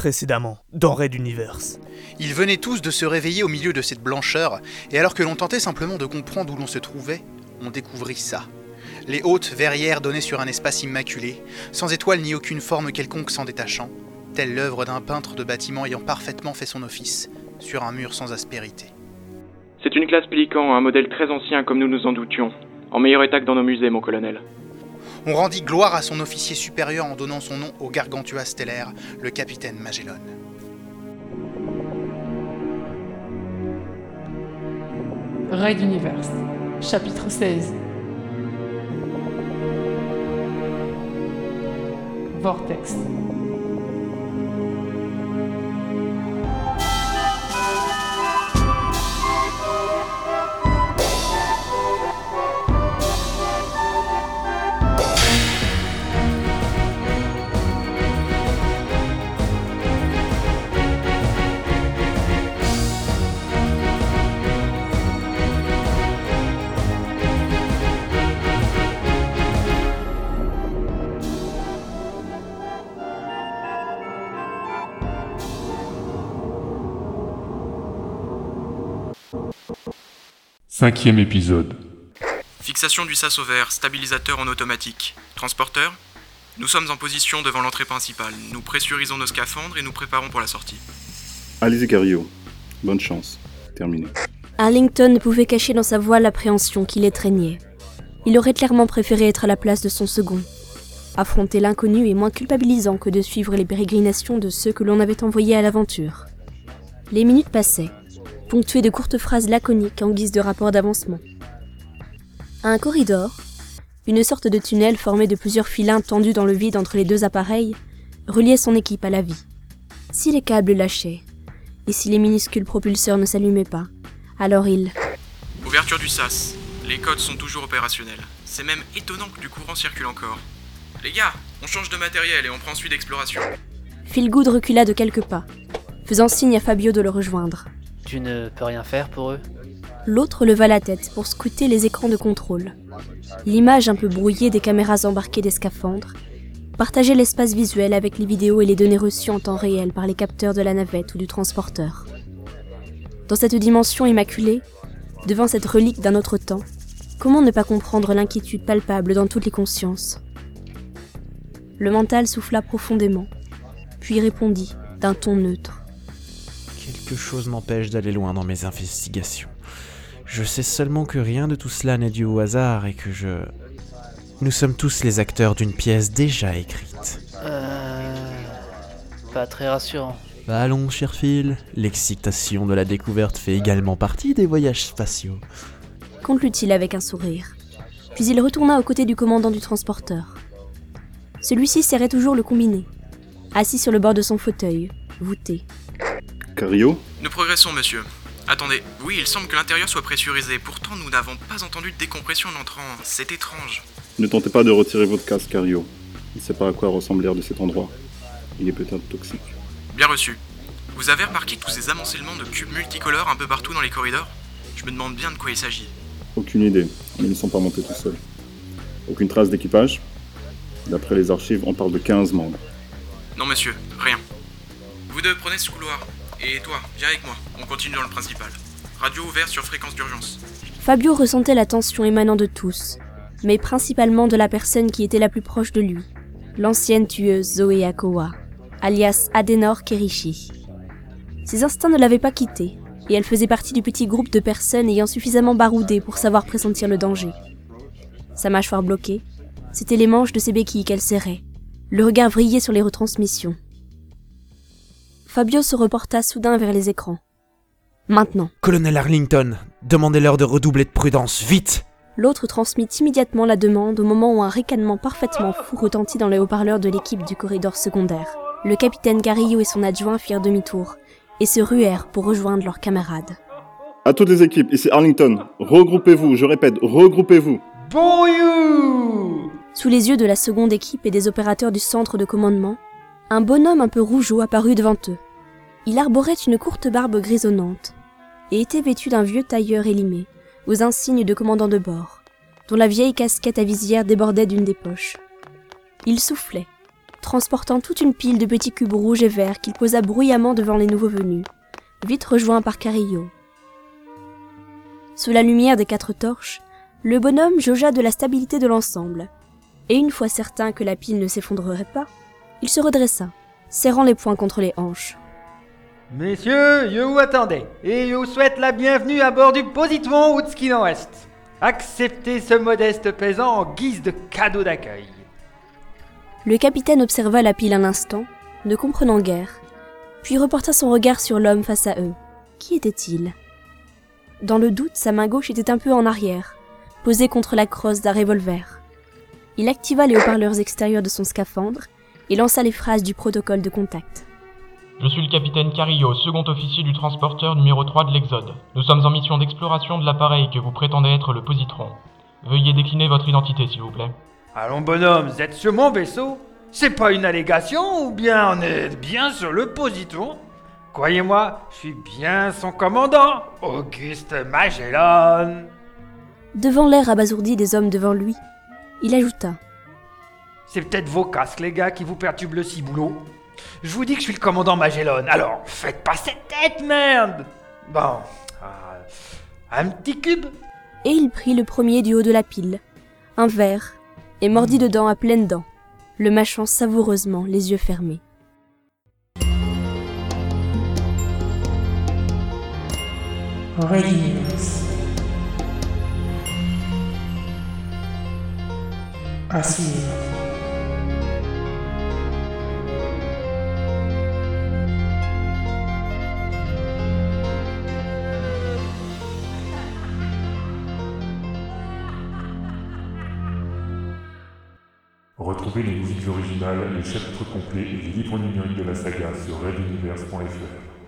Précédemment, dans Raid Universe. Ils venaient tous de se réveiller au milieu de cette blancheur, et alors que l'on tentait simplement de comprendre où l'on se trouvait, on découvrit ça. Les hautes verrières donnaient sur un espace immaculé, sans étoiles ni aucune forme quelconque s'en détachant, telle l'œuvre d'un peintre de bâtiment ayant parfaitement fait son office, sur un mur sans aspérité. C'est une classe Pélican, un modèle très ancien comme nous nous en doutions. En meilleur état que dans nos musées, mon colonel. On rendit gloire à son officier supérieur en donnant son nom au Gargantua stellaire, le capitaine Magellan. Raid Universe, chapitre 16. Vortex. Cinquième épisode. Fixation du sas au vert, stabilisateur en automatique. Transporteur ? Nous sommes en position devant l'entrée principale. Nous pressurisons nos scaphandres et nous préparons pour la sortie. Allez-y, Cario. Bonne chance. Terminé. Arlington ne pouvait cacher dans sa voix l'appréhension qui l'étreignait. Il aurait clairement préféré être à la place de son second. Affronter l'inconnu est moins culpabilisant que de suivre les pérégrinations de ceux que l'on avait envoyés à l'aventure. Les minutes passaient, ponctuées de courtes phrases laconiques en guise de rapport d'avancement. Un corridor, une sorte de tunnel formé de plusieurs filins tendus dans le vide entre les deux appareils, reliait son équipe à la vie. Si les câbles lâchaient, et si les minuscules propulseurs ne s'allumaient pas, alors il... Ouverture du sas. Les codes sont toujours opérationnels. C'est même étonnant que du courant circule encore. Les gars, on change de matériel et on prend celui d'exploration. Philgood recula de quelques pas, faisant signe à Fabio de le rejoindre. Tu ne peux rien faire pour eux ? L'autre leva la tête pour scruter les écrans de contrôle. L'image un peu brouillée des caméras embarquées des scaphandres partageait l'espace visuel avec les vidéos et les données reçues en temps réel par les capteurs de la navette ou du transporteur. Dans cette dimension immaculée, devant cette relique d'un autre temps, comment ne pas comprendre l'inquiétude palpable dans toutes les consciences ? Le mental souffla profondément, puis répondit d'un ton neutre. Quelque chose m'empêche d'aller loin dans mes investigations. Je sais seulement que rien de tout cela n'est dû au hasard et que Nous sommes tous les acteurs d'une pièce déjà écrite. Pas très rassurant. Allons, cher Phil, l'excitation de la découverte fait également partie des voyages spatiaux. Conclut-il avec un sourire. Puis il retourna aux côtés du commandant du transporteur. Celui-ci serrait toujours le combiné, assis sur le bord de son fauteuil, voûté. Cario ? Nous progressons, monsieur. Attendez, oui, il semble que l'intérieur soit pressurisé. Pourtant, nous n'avons pas entendu de décompression en entrant. C'est étrange. Ne tentez pas de retirer votre casque, Cario. Il ne sait pas à quoi ressemble l'air de cet endroit. Il est peut-être toxique. Bien reçu. Vous avez remarqué tous ces amoncellements de cubes multicolores un peu partout dans les corridors ? Je me demande bien de quoi il s'agit. Aucune idée. Ils ne sont pas montés tout seuls. Aucune trace d'équipage. D'après les archives, on parle de 15 membres. Non, monsieur, rien. Vous deux prenez ce couloir. Et toi, viens avec moi. On continue dans le principal. Radio ouverte sur fréquence d'urgence. Fabio ressentait la tension émanant de tous, mais principalement de la personne qui était la plus proche de lui, l'ancienne tueuse Zoé Akoa, alias Adenor Kerishi. Ses instincts ne l'avaient pas quittée, et elle faisait partie du petit groupe de personnes ayant suffisamment baroudé pour savoir pressentir le danger. Sa mâchoire bloquée, c'étaient les manches de ses béquilles qu'elle serrait. Le regard vrillait sur les retransmissions. Fabio se reporta soudain vers les écrans. Maintenant. Colonel Arlington, demandez-leur de redoubler de prudence, vite! L'autre transmit immédiatement la demande au moment où un ricanement parfaitement fou retentit dans les haut-parleurs de l'équipe du corridor secondaire. Le capitaine Garillo et son adjoint firent demi-tour et se ruèrent pour rejoindre leurs camarades. À toutes les équipes, ici Arlington. Regroupez-vous, je répète, regroupez-vous. Bon you! Sous les yeux de la seconde équipe et des opérateurs du centre de commandement, un bonhomme un peu rougeaud apparut devant eux. Il arborait une courte barbe grisonnante et était vêtu d'un vieux tailleur élimé, aux insignes de commandant de bord, dont la vieille casquette à visière débordait d'une des poches. Il soufflait, transportant toute une pile de petits cubes rouges et verts qu'il posa bruyamment devant les nouveaux venus, vite rejoints par Carillo. Sous la lumière des 4 torches, le bonhomme jaugea de la stabilité de l'ensemble, et une fois certain que la pile ne s'effondrerait pas, il se redressa, serrant les poings contre les hanches. Messieurs, je vous attendais, et je vous souhaite la bienvenue à bord du Positron Oudskin Ouest. Acceptez ce modeste présent en guise de cadeau d'accueil. Le capitaine observa la pile un instant, ne comprenant guère, puis reporta son regard sur l'homme face à eux. Qui était-il ? Dans le doute, sa main gauche était un peu en arrière, posée contre la crosse d'un revolver. Il activa les haut-parleurs extérieurs de son scaphandre et lança les phrases du protocole de contact. Je suis le capitaine Carillo, second officier du transporteur numéro 3 de l'Exode. Nous sommes en mission d'exploration de l'appareil que vous prétendez être le Positron. Veuillez décliner votre identité, s'il vous plaît. Allons bonhomme, vous êtes sur mon vaisseau ? C'est pas une allégation ou bien on est bien sur le Positron ? Croyez-moi, je suis bien son commandant, Auguste Magellan. Devant l'air abasourdi des hommes devant lui, il ajouta. C'est peut-être vos casques, les gars, qui vous perturbent le ciboulot. Je vous dis que je suis le commandant Magellan, alors faites pas cette tête, merde. Bon, un petit cube. Et il prit le premier du haut de la pile, un verre, et mordit dedans à pleines dents, le mâchant savoureusement, les yeux fermés. Red Universe. À suivre. Retrouvez les musiques originales, les chapitres complets et les livres numériques de la saga sur reduniverse.fr.